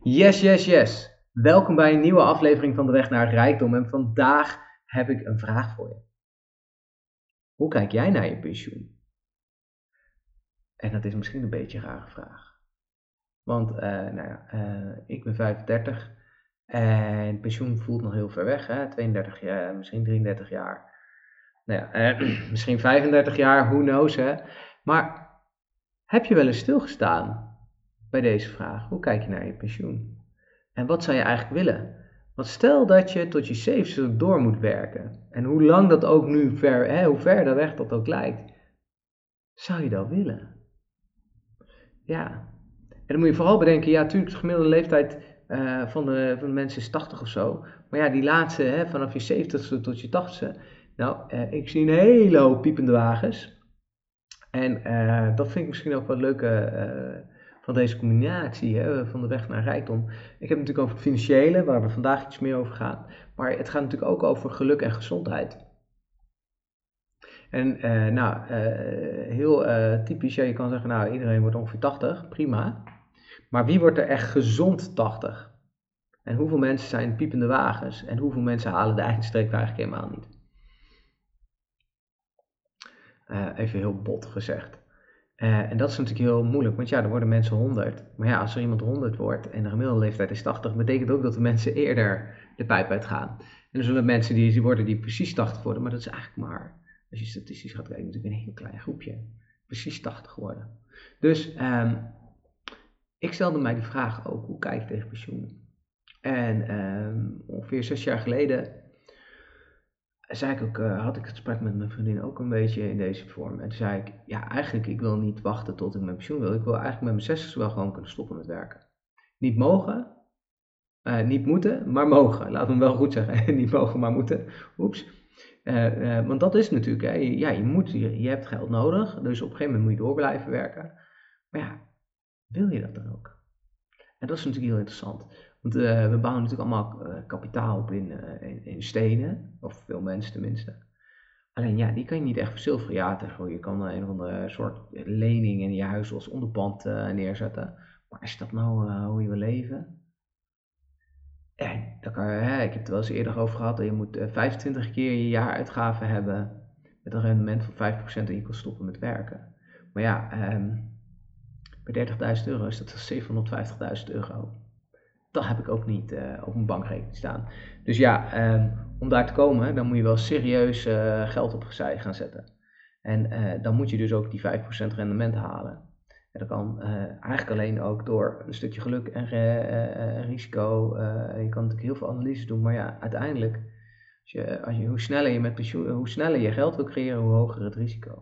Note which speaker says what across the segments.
Speaker 1: Yes, yes, yes. Welkom bij een nieuwe aflevering van De Weg naar Rijkdom. En vandaag heb ik een vraag voor je. Hoe kijk jij naar je pensioen? En dat is misschien een beetje een rare vraag. Want ik ben 35 en pensioen voelt nog heel ver weg. Hè? 32 jaar, misschien 33 jaar. Misschien 35 jaar, who knows. Hè? Maar heb je wel eens stilgestaan bij deze vraag? Hoe kijk je naar je pensioen? En wat zou je eigenlijk willen? Want stel dat je tot je 70 door moet werken. En hoe lang dat ook nu hoe ver de weg dat ook lijkt. Zou je dat willen? Ja. En dan moet je vooral bedenken, ja, natuurlijk de gemiddelde leeftijd van de mensen is 80 of zo. Maar ja, die laatste, vanaf je 70ste tot je 80ste. Nou, ik zie een hele hoop piepende wagens. En dat vind ik misschien ook wel leuk van deze combinatie, van de weg naar rijkdom. Ik heb het natuurlijk over het financiële, waar we vandaag iets meer over gaan. Maar het gaat natuurlijk ook over geluk en gezondheid. En heel typisch, ja, je kan zeggen, nou iedereen wordt ongeveer 80, prima. Maar wie wordt er echt gezond 80? En hoeveel mensen zijn piepende wagens? En hoeveel mensen halen de eindstreep eigenlijk helemaal niet? Even heel bot gezegd. En dat is natuurlijk heel moeilijk, want ja, er worden mensen 100. Maar ja, als er iemand 100 wordt en de gemiddelde leeftijd is 80, betekent ook dat de mensen eerder de pijp uitgaan. En er zullen mensen die worden die precies 80 worden, maar dat is eigenlijk maar, als je statistisch gaat kijken, natuurlijk een heel klein groepje. Precies 80 worden. Dus ik stelde mij die vraag ook, hoe kijk je tegen pensioen? En ongeveer 6 jaar geleden zei ik ook, had ik het gesprek met mijn vriendin ook een beetje in deze vorm. En toen zei ik, ja, eigenlijk ik wil niet wachten tot ik mijn pensioen wil. Ik wil eigenlijk met mijn 60 wel gewoon kunnen stoppen met werken. Niet mogen, niet moeten, maar mogen. Laat me wel goed zeggen. Niet mogen, maar moeten. Oeps. Want dat is natuurlijk, hè. Ja, je hebt geld nodig. Dus op een gegeven moment moet je door blijven werken. Maar ja, wil je dat dan ook? En dat is natuurlijk heel interessant. Want we bouwen natuurlijk allemaal kapitaal op in stenen. Of veel mensen tenminste. Alleen ja, die kan je niet echt verzilveren. Ja, je kan een of andere soort lening in je huis als onderpand neerzetten. Maar is dat nou hoe je wil leven? Dan kan ik heb het wel eens eerder over gehad. Dat je moet 25 keer je jaaruitgaven hebben. Met een rendement van 5% en je kan stoppen met werken. Maar ja, bij 30.000 euro is dat 750.000 euro. Dat heb ik ook niet op mijn bankrekening staan. Dus ja, om daar te komen, dan moet je wel serieus geld opzij gaan zetten. En dan moet je dus ook die 5% rendement halen. En dat kan eigenlijk alleen ook door een stukje geluk en risico. Je kan natuurlijk heel veel analyses doen, maar ja, uiteindelijk, hoe sneller je met pensioen, hoe sneller je geld wil creëren, hoe hoger het risico.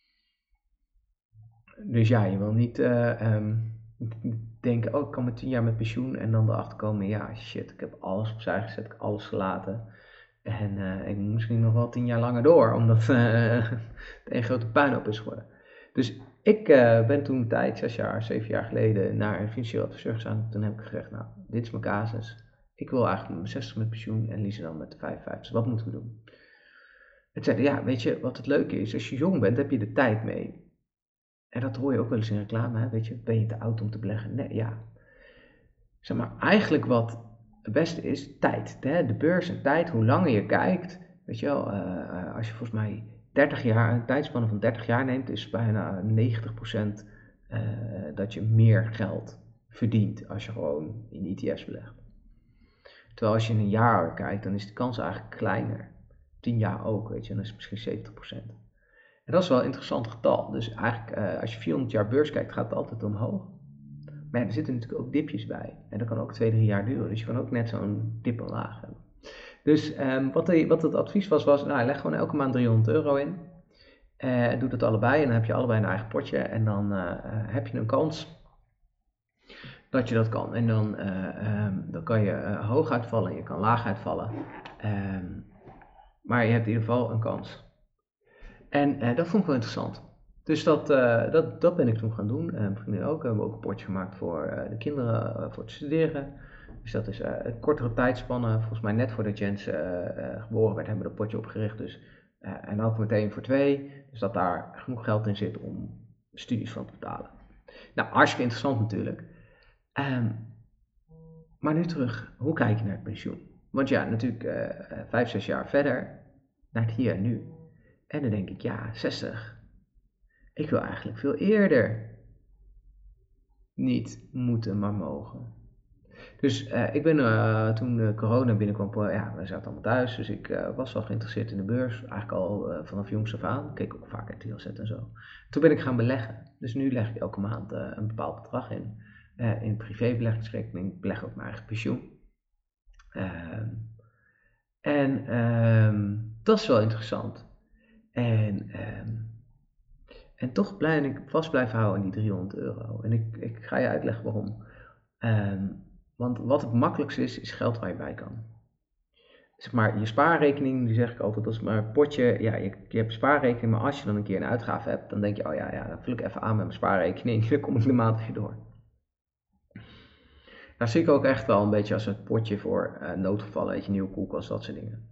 Speaker 1: Dus ja, je wil niet denken, oh, ik kan met 10 jaar met pensioen en dan erachter komen, ja, shit, ik heb alles opzij gezet, ik heb alles gelaten. En ik moet misschien nog wel 10 jaar langer door, omdat het een grote puinhoop is geworden. Dus ik ben toen een tijd, 7 jaar geleden, naar een financieel adviseur gegaan. Toen heb ik gezegd, nou, dit is mijn casus. Ik wil eigenlijk met mijn 60 met pensioen en Lise dan met de 55. Wat moeten we doen? Het zeiden, ja, weet je wat het leuke is? Als je jong bent, heb je de tijd mee. En dat hoor je ook wel eens in reclame, hè? Weet je, ben je te oud om te beleggen? Nee, ja. Zeg maar, eigenlijk wat het beste is, tijd. De beurs en tijd, hoe langer je kijkt, weet je wel, als je volgens mij 30 jaar, een tijdspanne van 30 jaar neemt, is bijna 90% dat je meer geld verdient als je gewoon in ETF's belegt. Terwijl als je in een jaar kijkt, dan is de kans eigenlijk kleiner. 10 jaar ook, weet je, dan is het misschien 70%. En dat is wel een interessant getal. Dus eigenlijk, als je 400 jaar beurs kijkt, gaat het altijd omhoog. Maar ja, er zitten natuurlijk ook dipjes bij. En dat kan ook 2-3 jaar duren. Dus je kan ook net zo'n dip omlaag hebben. Dus wat het advies was, nou, leg gewoon elke maand 300 euro in. Doe dat allebei en dan heb je allebei een eigen potje. En dan heb je een kans dat je dat kan. En dan kan je hoog uitvallen en je kan laag uitvallen. Maar je hebt in ieder geval een kans. En dat vond ik wel interessant. Dus dat ben ik toen gaan doen. Mijn vriendin ook. We hebben ook een potje gemaakt voor de kinderen, voor het studeren. Dus dat is een kortere tijdspanne. Volgens mij net voordat Jens geboren werd, hebben we dat potje opgericht. Dus, en ook meteen voor 2. Dus dat daar genoeg geld in zit om studies van te betalen. Nou, hartstikke interessant natuurlijk. Maar nu terug, hoe kijk je naar het pensioen? Want ja, natuurlijk 5, 6 jaar verder, naar het hier en nu. En dan denk ik, ja, 60. Ik wil eigenlijk veel eerder. Niet moeten, maar mogen. Dus ik ben toen corona binnenkwam, ja, we zaten allemaal thuis, dus ik was wel geïnteresseerd in de beurs. Eigenlijk al vanaf jongs af aan. Ik keek ook vaak RTL en zo. Toen ben ik gaan beleggen. Dus nu leg ik elke maand een bepaald bedrag in. In een privébeleggingsrekening. Ik beleg ook mijn eigen pensioen. Ehm, dat is wel interessant. En toch ben ik vast blijven houden aan die €300. En ik ga je uitleggen waarom. Want wat het makkelijkste is geld waar je bij kan. Zeg maar, je spaarrekening, die zeg ik altijd, dat is maar een potje. Ja, je hebt een spaarrekening, maar als je dan een keer een uitgave hebt, dan denk je, oh ja, dan vul ik even aan met mijn spaarrekening, dan kom ik de maand weer door. Daar zie ik ook echt wel een beetje als een potje voor noodgevallen, weet je, nieuwe koelkast, dat soort dingen.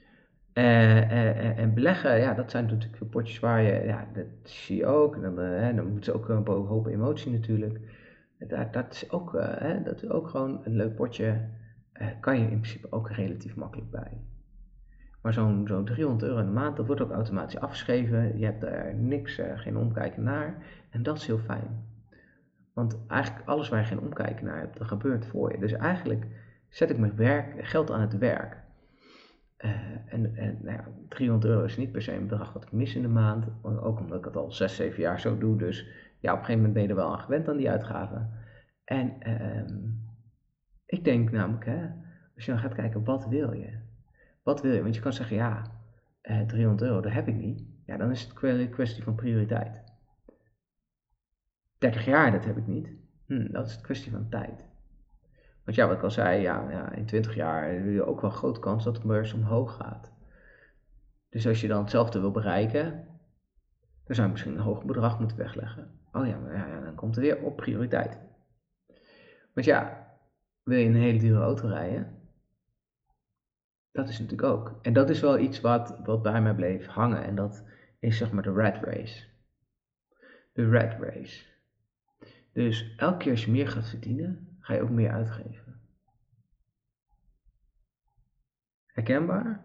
Speaker 1: En beleggen, ja, dat zijn natuurlijk potjes waar je, ja, dat zie je ook. En dan moet ze ook een hoop emotie natuurlijk. Dat is ook gewoon een leuk potje. Kan je in principe ook relatief makkelijk bij. Maar zo'n €300 in de maand, dat wordt ook automatisch afgeschreven. Je hebt daar niks, geen omkijken naar. En dat is heel fijn. Want eigenlijk alles waar je geen omkijken naar hebt, dat gebeurt voor je. Dus eigenlijk zet ik mijn geld aan het werk. Nou ja, €300 is niet per se een bedrag wat ik mis in de maand. Ook omdat ik het al 6, 7 jaar zo doe. Dus ja, op een gegeven moment ben je er wel aan gewend aan die uitgaven. En ik denk namelijk, als je dan gaat kijken, wat wil je? Wat wil je? Want je kan zeggen, ja, €300, dat heb ik niet. Ja, dan is het een kwestie van prioriteit. 30 jaar, dat heb ik niet. Dat is een kwestie van tijd. Want ja, wat ik al zei, ja, in 20 jaar heb je ook wel een grote kans dat de beurs omhoog gaat. Dus als je dan hetzelfde wil bereiken, dan zou je misschien een hoger bedrag moeten wegleggen. Oh ja, maar ja, dan komt er weer op prioriteit. Want ja, wil je een hele dure auto rijden? Dat is natuurlijk ook. En dat is wel iets wat bij mij bleef hangen. En dat is zeg maar de rat race. De rat race. Dus elke keer als je meer gaat verdienen, ga je ook meer uitgeven. Herkenbaar?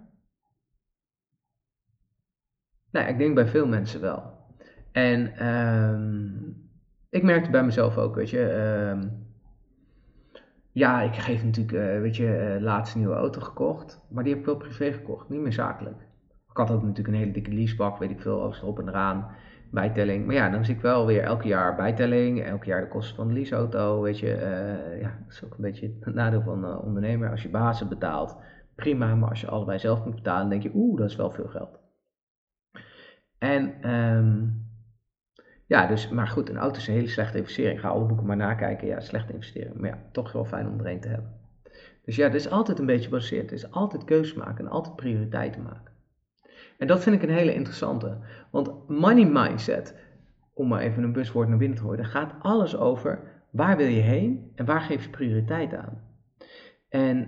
Speaker 1: Nou, ik denk bij veel mensen wel. En ik merkte bij mezelf ook, weet je. Ja, ik geef natuurlijk, weet je, laatst een nieuwe auto gekocht. Maar die heb ik wel privé gekocht, niet meer zakelijk. Ik had ook natuurlijk een hele dikke leasebak, weet ik veel, alles erop en eraan. Bijtelling. Maar ja, dan zie ik wel weer elke jaar bijtelling. Elk jaar de kosten van de leaseauto, weet je. Ja, dat is ook een beetje het nadeel van ondernemer. Als je bazen betaalt, prima. Maar als je allebei zelf moet betalen, dan denk je, dat is wel veel geld. En ja, dus, maar goed, een auto is een hele slechte investering. Ga alle boeken maar nakijken. Ja, slechte investering. Maar ja, toch wel fijn om er een te hebben. Dus ja, het is altijd een beetje gebaseerd. Het is altijd keuzes maken en altijd prioriteiten maken. En dat vind ik een hele interessante. Want money mindset, om maar even een buswoord naar binnen te gooien, gaat alles over waar wil je heen en waar geef je prioriteit aan. En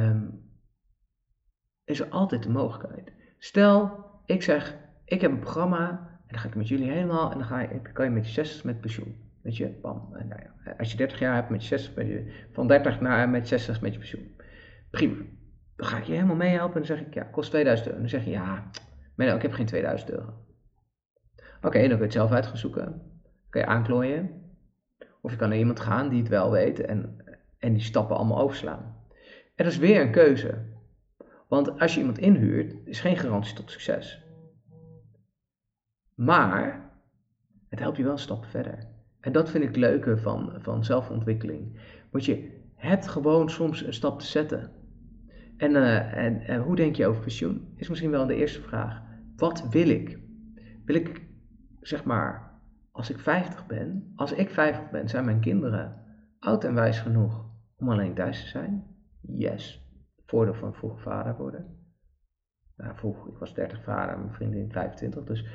Speaker 1: is er altijd de mogelijkheid. Stel, ik zeg, ik heb een programma en dan ga ik met jullie helemaal en dan kan je met je 60 met pensioen. Weet je, bam. En nou ja, als je 30 jaar hebt met je 60, van 30 naar met 60 met je pensioen. Prima. Dan ga ik je helemaal meehelpen en dan zeg ik, ja, kost €2000. Dan zeg je, ja, maar ik heb geen €2000. Oké, dan kun je het zelf uit gaan zoeken. Dan kun je aanklooien. Of je kan naar iemand gaan die het wel weet en die stappen allemaal overslaan. En dat is weer een keuze. Want als je iemand inhuurt, is geen garantie tot succes. Maar het helpt je wel stappen verder. En dat vind ik het leuke van zelfontwikkeling. Want je hebt gewoon soms een stap te zetten. En hoe denk je over pensioen? Is misschien wel de eerste vraag. Wat wil ik? Wil ik, zeg maar, als ik 50 ben, zijn mijn kinderen oud en wijs genoeg om alleen thuis te zijn? Yes. Voordeel van vroeg vader worden. Nou, ik was 30 vader, mijn vriendin 25, dus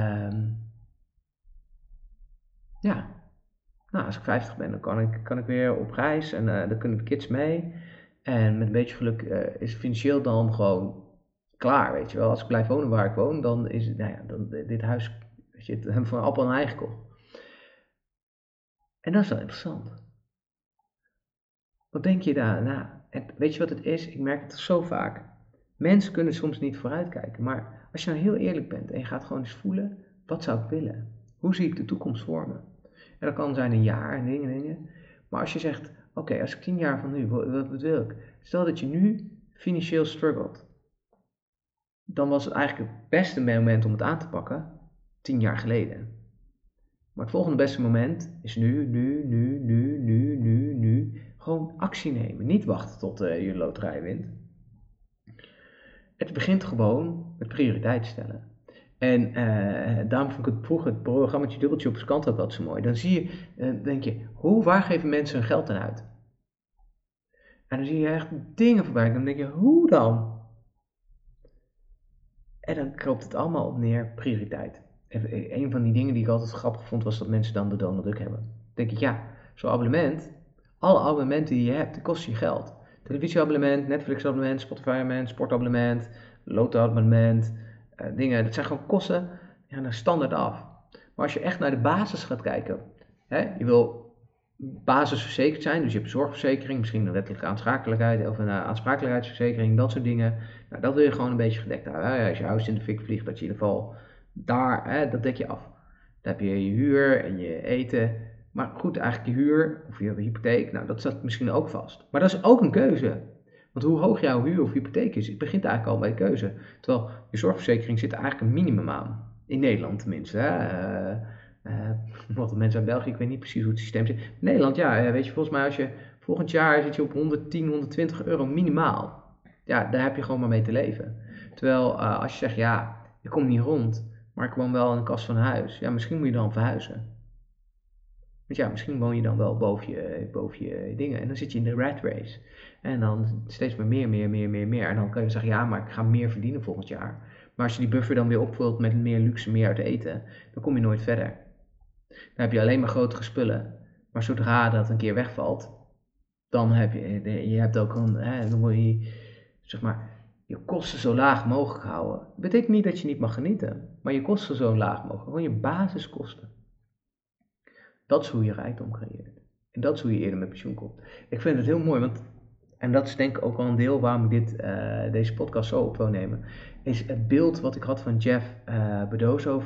Speaker 1: ja. Nou, als ik 50 ben, dan kan ik weer op reis en dan kunnen de kids mee. En met een beetje geluk is het financieel dan gewoon klaar, weet je wel. Als ik blijf wonen waar ik woon, dan is het, nou ja, dit huis, weet je, hebben we van appel en ei gekocht. En dat is wel interessant. Wat denk je daar? Nou, weet je wat het is? Ik merk het zo vaak. Mensen kunnen soms niet vooruitkijken. Maar als je nou heel eerlijk bent en je gaat gewoon eens voelen, wat zou ik willen? Hoe zie ik de toekomst voor me? En dat kan zijn een jaar en dingen. Maar als je zegt, oké, als ik 10 jaar van nu, wat wil ik? Stel dat je nu financieel struggelt. Dan was het eigenlijk het beste moment om het aan te pakken 10 jaar geleden. Maar het volgende beste moment is nu. Gewoon actie nemen. Niet wachten tot je loterij wint. Het begint gewoon met prioriteit stellen. En daarom vond ik het vroeger het programmaatje Dubbeltje op zijn kant ook altijd zo mooi. Dan zie je, denk je, waar geven mensen hun geld aan uit? En dan zie je echt dingen voorbij. Dan denk je, hoe dan? En dan kropt het allemaal op neer prioriteit. En een van die dingen die ik altijd grappig vond, was dat mensen dan de Donald Duck hebben. Dan denk ik, ja, zo'n abonnement, alle abonnementen die je hebt, die kosten je geld. Televisieabonnement, Netflix-abonnement, Spotify-abonnement, sportabonnement, Lotto-abonnement, dingen. Dat zijn gewoon kosten, ja, naar standaard af. Maar als je echt naar de basis gaat kijken, je wil basisverzekerd zijn, dus je hebt een zorgverzekering, misschien een wettelijke aansprakelijkheid of een aansprakelijkheidsverzekering, dat soort dingen. Nou, dat wil je gewoon een beetje gedekt houden. Als je huis in de fik vliegt, dat je in ieder geval daar, dat dek je af. Dan heb je je huur en je eten. Maar goed, eigenlijk je huur of je hypotheek, nou dat staat misschien ook vast. Maar dat is ook een keuze. Want hoe hoog jouw huur of hypotheek is, het begint eigenlijk al bij de keuze. Terwijl je zorgverzekering zit eigenlijk een minimum aan. In Nederland tenminste. Wat de mensen uit België, ik weet niet precies hoe het systeem zit. In Nederland, ja, weet je, volgens mij als je volgend jaar zit je op 110, 120 euro minimaal. Ja, daar heb je gewoon maar mee te leven. Terwijl als je zegt, ja, ik kom niet rond, maar ik woon wel in de kast van een huis. Ja, misschien moet je dan verhuizen. Want ja, misschien woon je dan wel boven je dingen. En dan zit je in de rat race. En dan steeds meer. En dan kan je zeggen, ja, maar ik ga meer verdienen volgend jaar. Maar als je die buffer dan weer opvult met meer luxe, meer uit eten, dan kom je nooit verder. Dan heb je alleen maar grotere spullen. Maar zodra dat een keer wegvalt, dan heb je hebt ook dan wil je, zeg maar, je kosten zo laag mogelijk houden. Dat betekent niet dat je niet mag genieten, maar je kosten zo laag mogelijk. Gewoon je basiskosten. Dat is hoe je rijkdom creëert. En dat is hoe je eerder met pensioen komt. Ik vind het heel mooi, en dat is denk ik ook wel een deel waarom ik deze podcast zo op wil nemen, is het beeld wat ik had van Jeff Bezos,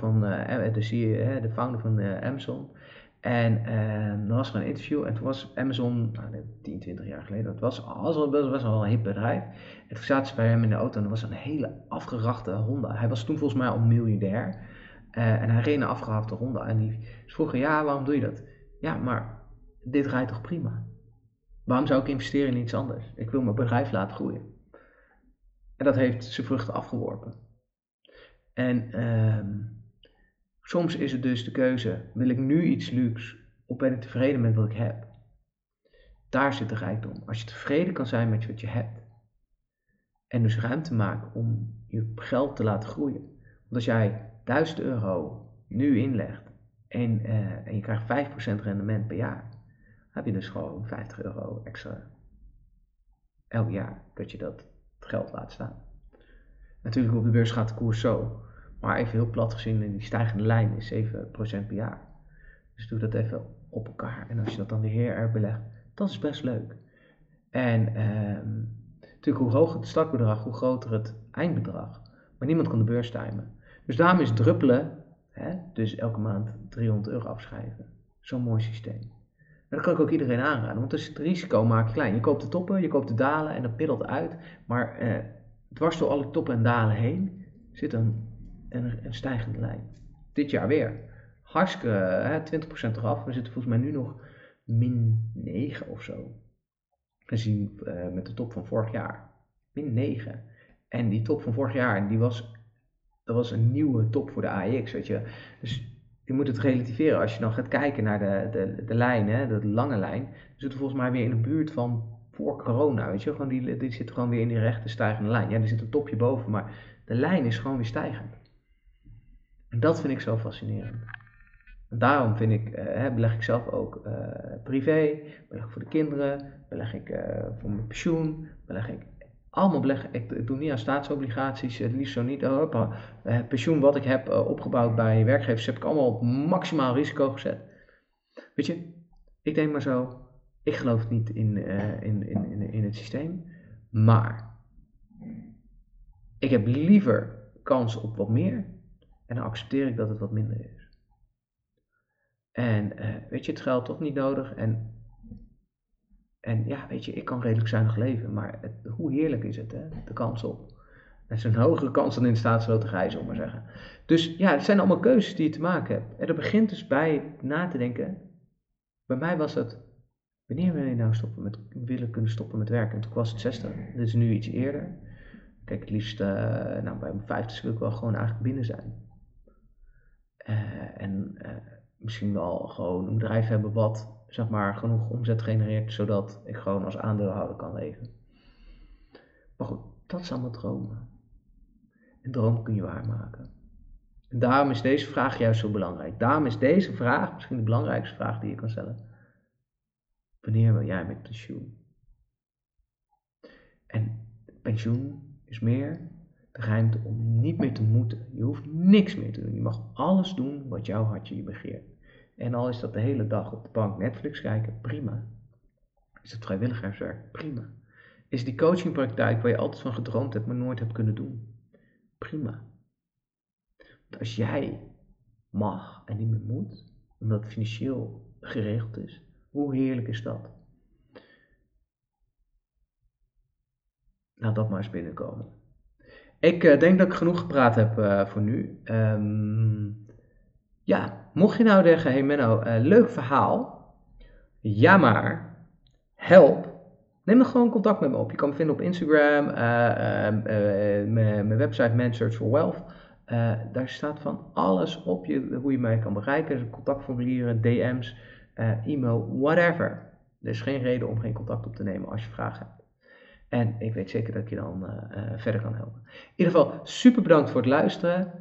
Speaker 1: de founder van Amazon. En dan was er een interview en toen was Amazon, 10, 20 jaar geleden, dat was best wel een hip bedrijf. En toen zaten ze bij hem in de auto en er was een hele afgerachte Honda. Hij was toen volgens mij al miljardair. En hij reed een afgehafte Honda. En die vroegen, ja, waarom doe je dat? Ja, maar dit rijdt toch prima? Waarom zou ik investeren in iets anders? Ik wil mijn bedrijf laten groeien. En dat heeft zijn vruchten afgeworpen. En soms is het dus de keuze, wil ik nu iets luxe of ben ik tevreden met wat ik heb? Daar zit de rijkdom. Als je tevreden kan zijn met wat je hebt en dus ruimte maakt om je geld te laten groeien. Want als jij 1000 euro nu inlegt en je krijgt 5% rendement per jaar, heb je dus gewoon 50 euro extra elk jaar dat je dat geld laat staan. Natuurlijk op de beurs gaat de koers zo, maar even heel plat gezien, in die stijgende lijn is 7% per jaar. Dus doe dat even op elkaar en als je dat dan weer herbelegt, dat is best leuk. En natuurlijk hoe hoger het startbedrag, hoe groter het eindbedrag. Maar niemand kan de beurs timen. Dus daarom is druppelen, dus elke maand 300 euro afschrijven, zo'n mooi systeem. En dat kan ik ook iedereen aanraden, want dus het risico maak je klein. Je koopt de toppen, je koopt de dalen en dat middelt uit. Maar dwars door alle toppen en dalen heen zit een stijgende lijn. Dit jaar weer. Hartstikke 20% eraf. We zitten volgens mij nu nog -9 of zo. Gezien met de top van vorig jaar. -9. En die top van vorig jaar, dat was een nieuwe top voor de AEX, weet je. Dus je moet het relativeren. Als je dan gaat kijken naar de lijn, de lange lijn, dan zitten we volgens mij weer in de buurt van voor corona, weet je. Gewoon die zit gewoon weer in die rechte stijgende lijn. Ja, er zit een topje boven, maar de lijn is gewoon weer stijgend. En dat vind ik zo fascinerend. En daarom beleg ik zelf ook privé, beleg ik voor de kinderen, beleg ik voor mijn pensioen, beleg ik allemaal beleggen. Ik doe niet aan staatsobligaties, het liefst zo niet. Het pensioen wat ik heb opgebouwd bij werkgevers heb ik allemaal op maximaal risico gezet. Weet je, ik denk maar zo, Ik geloof niet in het systeem, maar ik heb liever kans op wat meer en dan accepteer ik dat het wat minder is. En weet je, het geld toch niet nodig en ja, weet je, ik kan redelijk zuinig leven, maar hoe heerlijk is het, hè? De kans op. Dat is een hogere kans dan in de staatsloterij, zullen we maar zeggen. Dus ja, het zijn allemaal keuzes die je te maken hebt. En dat begint dus bij na te denken. Bij mij was het, wanneer wil je nou kunnen stoppen met werken? En toen was het 60. Dit is nu iets eerder. Kijk, het liefst, bij mijn 50 wil ik wel gewoon eigenlijk binnen zijn. Misschien wel gewoon een bedrijf hebben wat, zeg maar, genoeg omzet genereert, zodat ik gewoon als aandeelhouder kan leven. Maar goed, dat is allemaal dromen. Een droom kun je waarmaken. En daarom is deze vraag juist zo belangrijk. Daarom is deze vraag misschien de belangrijkste vraag die je kan stellen. Wanneer wil jij met pensioen? En pensioen is meer de ruimte om niet meer te moeten. Je hoeft niks meer te doen. Je mag alles doen wat jouw hartje je begeert. En al is dat de hele dag op de bank Netflix kijken, prima. Is het vrijwilligerswerk, prima. Is die coachingpraktijk waar je altijd van gedroomd hebt, maar nooit hebt kunnen doen, prima. Want als jij mag en niet meer moet, omdat het financieel geregeld is, hoe heerlijk is dat? Laat dat maar eens binnenkomen. Ik denk dat ik genoeg gepraat heb voor nu. Mocht je nou zeggen, hey Menno, leuk verhaal. Ja maar, help. Neem dan gewoon contact met me op. Je kan me vinden op Instagram, mijn website Man Search for Wealth. Daar staat van alles op hoe je mij kan bereiken. Contactformulieren, DM's, e-mail, whatever. Er is geen reden om geen contact op te nemen als je vragen hebt. En ik weet zeker dat ik je dan verder kan helpen. In ieder geval, super bedankt voor het luisteren.